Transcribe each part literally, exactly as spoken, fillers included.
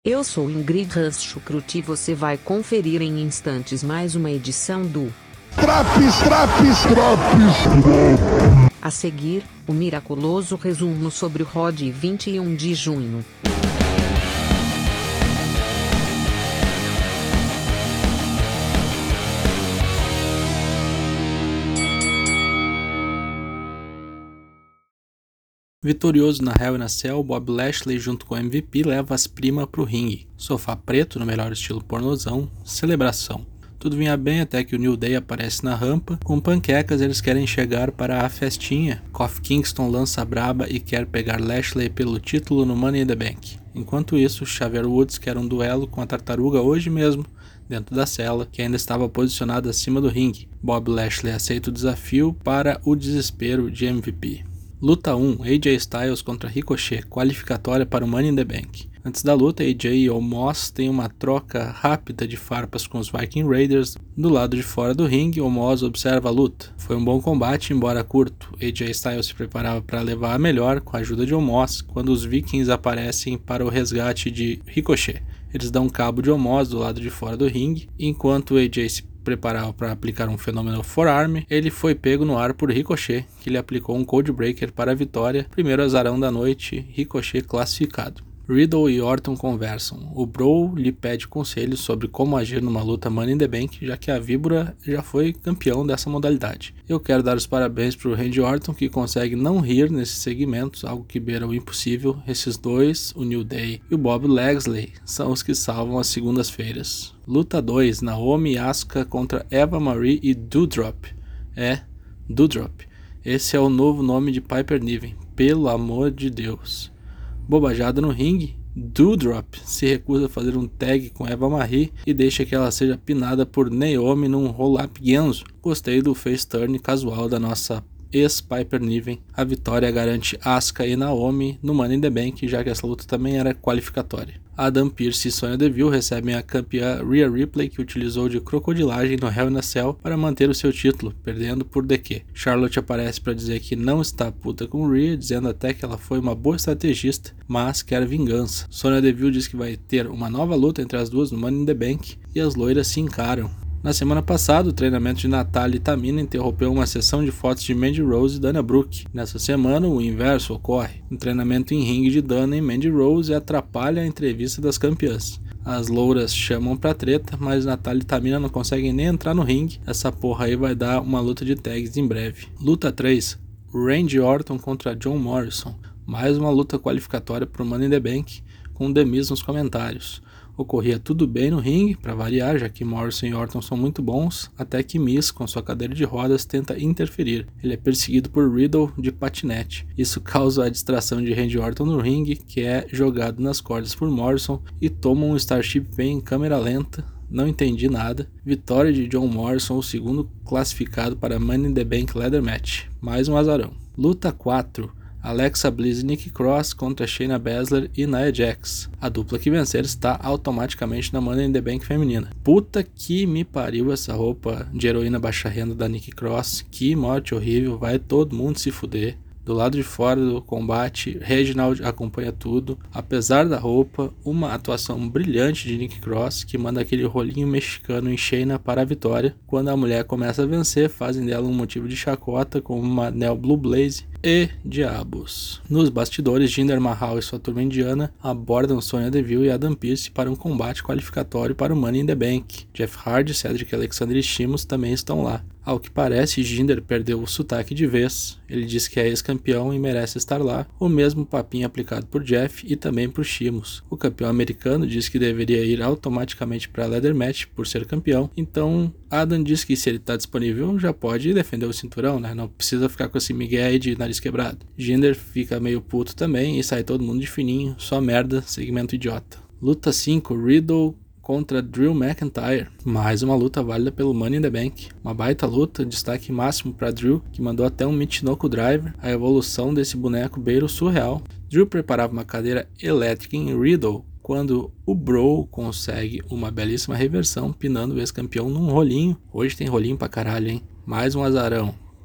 Eu sou Ingrid Raschukrut e você vai conferir em instantes mais uma edição do Traps, traps, traps. A seguir, o miraculoso resumo sobre o R O D vinte e um de junho. Vitorioso na Hell in a Cell, Bob Lashley junto com o M V P leva as primas pro ringue. Sofá preto no melhor estilo pornozão, celebração. Tudo vinha bem até que o New Day aparece na rampa. Com panquecas eles querem chegar para a festinha. Kofi Kingston lança a braba e quer pegar Lashley pelo título no Money in the Bank. Enquanto isso, Xavier Woods quer um duelo com a Tartaruga hoje mesmo, dentro da cela, que ainda estava posicionada acima do ringue. Bob Lashley aceita o desafio para o desespero de M V P. Luta um, A J Styles contra Ricochet, qualificatória para o Money in the Bank. Antes da luta, A J e Omos têm uma troca rápida de farpas com os Viking Raiders. Do lado de fora do ringue, Omos observa a luta. Foi um bom combate, embora curto. A J Styles se preparava para levar a melhor com a ajuda de Omos, quando os Vikings aparecem para o resgate de Ricochet. Eles dão cabo de Omos do lado de fora do ringue, enquanto A J se preparava para aplicar um fenômeno forearm, ele foi pego no ar por Ricochet, que lhe aplicou um Codebreaker para a vitória, primeiro azarão da noite, Ricochet classificado. Riddle e Orton conversam. O Bro lhe pede conselhos sobre como agir numa luta Money in the Bank, já que a Víbora já foi campeão dessa modalidade. Eu quero dar os parabéns para o Randy Orton, que consegue não rir nesses segmentos, algo que beira o impossível. Esses dois, o New Day e o Bob Lashley, são os que salvam as segundas-feiras. Luta dois, Naomi e Asuka contra Eva Marie e Doudrop. É, Doudrop. Esse é o novo nome de Piper Niven, pelo amor de Deus. Bobajada no ringue, Doudrop se recusa a fazer um tag com Eva Marie e deixa que ela seja pinada por Naomi num roll-up Genzo. Gostei do face turn casual da nossa ex-Piper Niven. A vitória garante Asuka e Naomi no Money in the Bank, já que essa luta também era qualificatória. Adam Pearce e Sonya Deville recebem a campeã Rhea Ripley, que utilizou de crocodilagem no Hell in a Cell para manter o seu título, perdendo por D Q. Charlotte aparece para dizer que não está puta com Rhea, dizendo até que ela foi uma boa estrategista, mas quer vingança. Sonya Deville diz que vai ter uma nova luta entre as duas no Money in the Bank e as loiras se encaram. Na semana passada, o treinamento de Natalya e Tamina interrompeu uma sessão de fotos de Mandy Rose e Dana Brooke. Nessa semana, o inverso ocorre. Um treinamento em ringue de Dana e Mandy Rose atrapalha a entrevista das campeãs. As louras chamam pra treta, mas Natalya e Tamina não conseguem nem entrar no ringue. Essa porra aí vai dar uma luta de tags em breve. Luta três, Randy Orton contra John Morrison. Mais uma luta qualificatória pro Money in the Bank, com The Miz nos comentários. Ocorria tudo bem no ringue, para variar, já que Morrison e Orton são muito bons, até que Miz, com sua cadeira de rodas, tenta interferir. Ele é perseguido por Riddle de patinete. Isso causa a distração de Randy Orton no ringue, que é jogado nas cordas por Morrison e toma um Starship Pain em câmera lenta. Não entendi nada. Vitória de John Morrison, o segundo classificado para Money in the Bank Ladder Match. Mais um azarão. Luta quatro. Alexa Bliss e Nikki Cross contra Shayna Baszler e Nia Jax. A dupla que vencer está automaticamente na Money in the Bank feminina. Puta que me pariu essa roupa de heroína baixa renda da Nikki Cross. Que morte horrível, vai todo mundo se fuder. Do lado de fora do combate, Reginald acompanha tudo. Apesar da roupa, uma atuação brilhante de Nikki Cross, que manda aquele rolinho mexicano em Shayna para a vitória. Quando a mulher começa a vencer, fazem dela um motivo de chacota com uma Neo Blue Blaze e diabos. Nos bastidores, Jinder Mahal e sua turma indiana abordam Sonya Deville e Adam Pearce para um combate qualificatório para o Money in the Bank. Jeff Hardy, Cedric Alexander e Sheamus também estão lá. Ao que parece, Jinder perdeu o sotaque de vez. Ele diz que é ex-campeão e merece estar lá. O mesmo papinho aplicado por Jeff e também por Sheamus. O campeão americano diz que deveria ir automaticamente para a Ladder Match por ser campeão. Então, Adam diz que se ele está disponível, já pode defender o cinturão, né? Não precisa ficar com esse migué aí de nariz quebrado. Jinder fica meio puto também e sai todo mundo de fininho. Só merda, segmento idiota. Luta cinco, Riddle contra Drew McIntyre. Mais uma luta válida pelo Money in the Bank. Uma baita luta, destaque máximo para Drew, que mandou até um Michinoku Driver. A evolução desse boneco beira o surreal. Drew preparava uma cadeira elétrica em Riddle, quando o Bro consegue uma belíssima reversão, pinando o ex-campeão num rolinho. Hoje tem rolinho pra caralho, hein? Mais um azarão.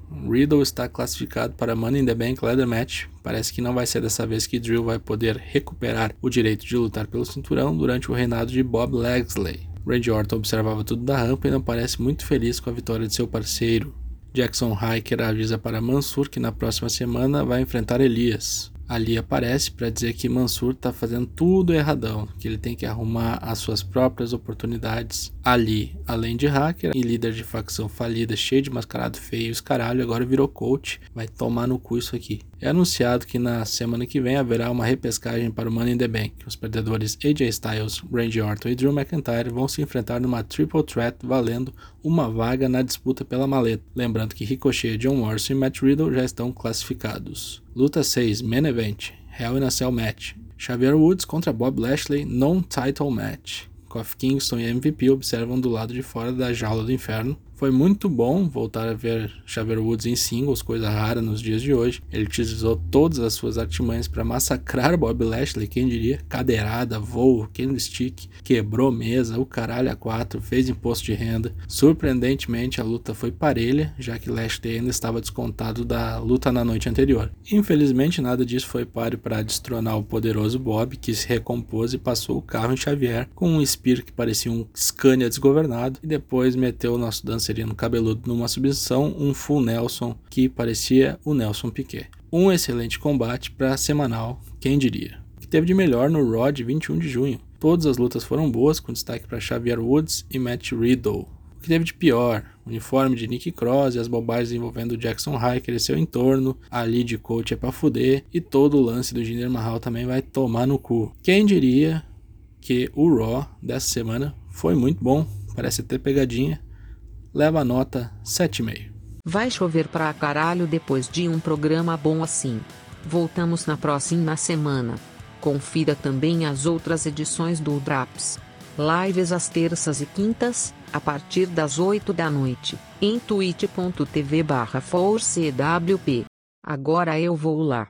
Riddle está classificado para Money in the Bank Ladder Match. Parece que não vai ser dessa vez que Drew vai poder recuperar o direito de lutar pelo cinturão durante o reinado de Bob Lashley. Randy Orton observava tudo da rampa e não parece muito feliz com a vitória de seu parceiro. Jackson Ryker avisa para Mansur que na próxima semana vai enfrentar Elias. Ali aparece para dizer que Mansur está fazendo tudo erradão, que ele tem que arrumar as suas próprias oportunidades. Ali, além de hacker e líder de facção falida, cheio de mascarado feio, os caralho, agora virou coach, vai tomar no cu isso aqui. É anunciado que na semana que vem haverá uma repescagem para o Money in the Bank. Os perdedores A J Styles, Randy Orton e Drew McIntyre vão se enfrentar numa Triple Threat valendo uma vaga na disputa pela maleta. Lembrando que Ricochet, John Morrison e Matt Riddle já estão classificados. Luta seis, Main Event, Hell in a Cell Match. Xavier Woods contra Bob Lashley, Non-Title Match. Kofi Kingston e M V P observam do lado de fora da jaula do inferno. Foi muito bom voltar a ver Xavier Woods em singles, coisa rara nos dias de hoje. Ele utilizou todas as suas artimanhas para massacrar Bob Lashley, quem diria? Cadeirada, voo, candlestick, quebrou mesa, o caralho a quatro, fez imposto de renda. Surpreendentemente a luta foi parelha, já que Lashley ainda estava descontado da luta na noite anterior. Infelizmente nada disso foi páreo para destronar o poderoso Bob, que se recompôs e passou o carro em Xavier com um spear que parecia um Scania desgovernado e depois meteu o nosso dançarino cabeludo numa submissão, um full Nelson que parecia o Nelson Piquet. Um excelente combate para semanal, quem diria. O que teve de melhor no Raw de vinte e um de junho. Todas as lutas foram boas, com destaque para Xavier Woods e Matt Riddle. O que teve de pior? O uniforme de Nikki Cross e as bobagens envolvendo Jackson Ryker e seu entorno, a lead coach é pra fuder e todo o lance do Jinder Mahal também vai tomar no cu. Quem diria que o Raw dessa semana foi muito bom, parece ter pegadinha. Leva a nota sete vírgula cinco. Vai chover pra caralho depois de um programa bom assim. Voltamos na próxima semana. Confira também as outras edições do Drops. Lives às terças e quintas, a partir das oito da noite, em twitch ponto tv barra forcewp. Agora eu vou lá.